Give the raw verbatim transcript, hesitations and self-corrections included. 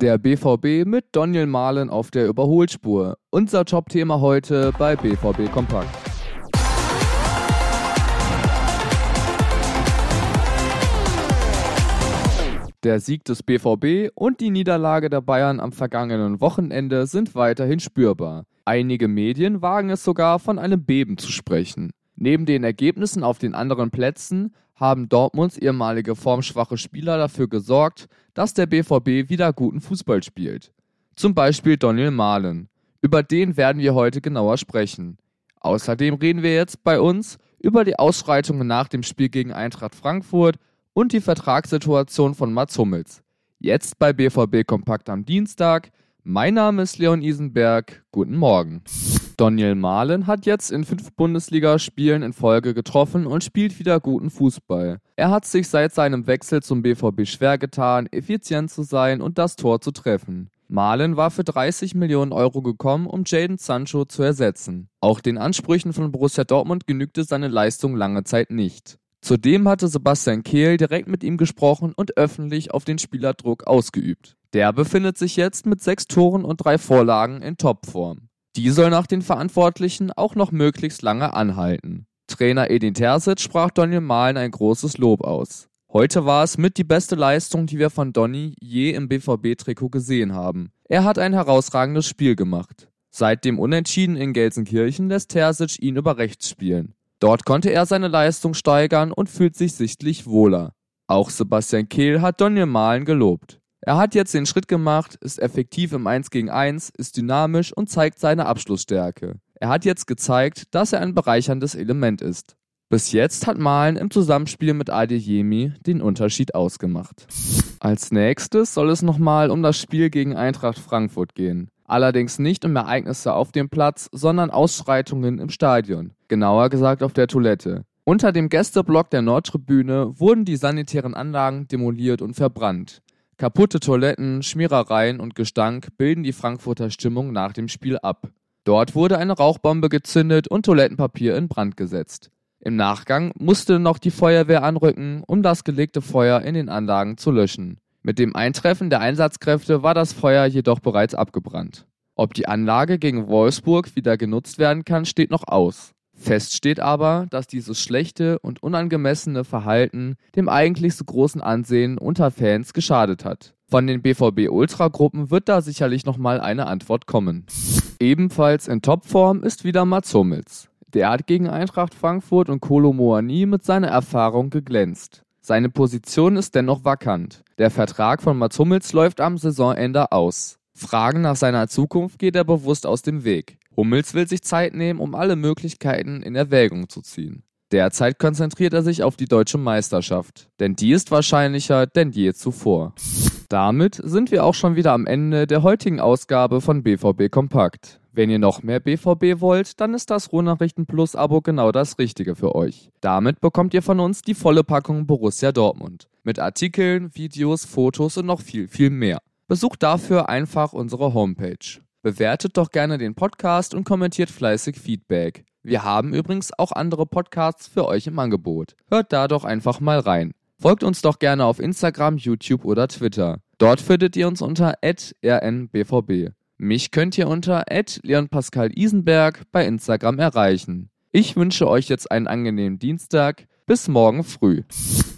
Der B V B mit Doniel Malen auf der Überholspur. Unser Top-Thema heute bei B V B Kompakt. Der Sieg des B V B und die Niederlage der Bayern am vergangenen Wochenende sind weiterhin spürbar. Einige Medien wagen es sogar, von einem Beben zu sprechen. Neben den Ergebnissen auf den anderen Plätzen haben Dortmunds ehemalige formschwache Spieler dafür gesorgt, dass der B V B wieder guten Fußball spielt. Zum Beispiel Doniel Malen. Über den werden wir heute genauer sprechen. Außerdem reden wir jetzt bei uns über die Ausschreitungen nach dem Spiel gegen Eintracht Frankfurt und die Vertragssituation von Mats Hummels. Jetzt bei B V B Kompakt am Dienstag. Mein Name ist Leon Isenberg. Guten Morgen. Doniel Malen hat jetzt in fünf Bundesligaspielen in Folge getroffen und spielt wieder guten Fußball. Er hat sich seit seinem Wechsel zum B V B schwer getan, effizient zu sein und das Tor zu treffen. Malen war für dreißig Millionen Euro gekommen, um Jadon Sancho zu ersetzen. Auch den Ansprüchen von Borussia Dortmund genügte seine Leistung lange Zeit nicht. Zudem hatte Sebastian Kehl direkt mit ihm gesprochen und öffentlich auf den Spieler Druck ausgeübt. Der befindet sich jetzt mit sechs Toren und drei Vorlagen in Topform. Die soll nach den Verantwortlichen auch noch möglichst lange anhalten. Trainer Edin Terzic sprach Doniel Malen ein großes Lob aus. Heute war es mit die beste Leistung, die wir von Donny je im B V B-Trikot gesehen haben. Er hat ein herausragendes Spiel gemacht. Seit dem Unentschieden in Gelsenkirchen lässt Terzic ihn über rechts spielen. Dort konnte er seine Leistung steigern und fühlt sich sichtlich wohler. Auch Sebastian Kehl hat Doniel Malen gelobt. Er hat jetzt den Schritt gemacht, ist effektiv im eins gegen eins, ist dynamisch und zeigt seine Abschlussstärke. Er hat jetzt gezeigt, dass er ein bereicherndes Element ist. Bis jetzt hat Malen im Zusammenspiel mit Adeyemi den Unterschied ausgemacht. Als nächstes soll es nochmal um das Spiel gegen Eintracht Frankfurt gehen. Allerdings nicht um Ereignisse auf dem Platz, sondern Ausschreitungen im Stadion. Genauer gesagt auf der Toilette. Unter dem Gästeblock der Nordtribüne wurden die sanitären Anlagen demoliert und verbrannt. Kaputte Toiletten, Schmierereien und Gestank bilden die Frankfurter Stimmung nach dem Spiel ab. Dort wurde eine Rauchbombe gezündet und Toilettenpapier in Brand gesetzt. Im Nachgang musste noch die Feuerwehr anrücken, um das gelegte Feuer in den Anlagen zu löschen. Mit dem Eintreffen der Einsatzkräfte war das Feuer jedoch bereits abgebrannt. Ob die Anlage gegen Wolfsburg wieder genutzt werden kann, steht noch aus. Fest steht aber, dass dieses schlechte und unangemessene Verhalten dem eigentlich so großen Ansehen unter Fans geschadet hat. Von den B V B-Ultragruppen wird da sicherlich nochmal eine Antwort kommen. Ebenfalls in Topform ist wieder Mats Hummels. Der hat gegen Eintracht Frankfurt und Kolo Muani mit seiner Erfahrung geglänzt. Seine Position ist dennoch vakant. Der Vertrag von Mats Hummels läuft am Saisonende aus. Fragen nach seiner Zukunft geht er bewusst aus dem Weg. Hummels will sich Zeit nehmen, um alle Möglichkeiten in Erwägung zu ziehen. Derzeit konzentriert er sich auf die deutsche Meisterschaft, denn die ist wahrscheinlicher denn je zuvor. Damit sind wir auch schon wieder am Ende der heutigen Ausgabe von B V B Kompakt. Wenn ihr noch mehr B V B wollt, dann ist das Ruhrnachrichten Plus Abo genau das Richtige für euch. Damit bekommt ihr von uns die volle Packung Borussia Dortmund. Mit Artikeln, Videos, Fotos und noch viel, viel mehr. Besucht dafür einfach unsere Homepage. Bewertet doch gerne den Podcast und kommentiert fleißig Feedback. Wir haben übrigens auch andere Podcasts für euch im Angebot. Hört da doch einfach mal rein. Folgt uns doch gerne auf Instagram, YouTube oder Twitter. Dort findet ihr uns unter at r n b v b. Mich könnt ihr unter at leon pascal isenberg bei Instagram erreichen. Ich wünsche euch jetzt einen angenehmen Dienstag. Bis morgen früh.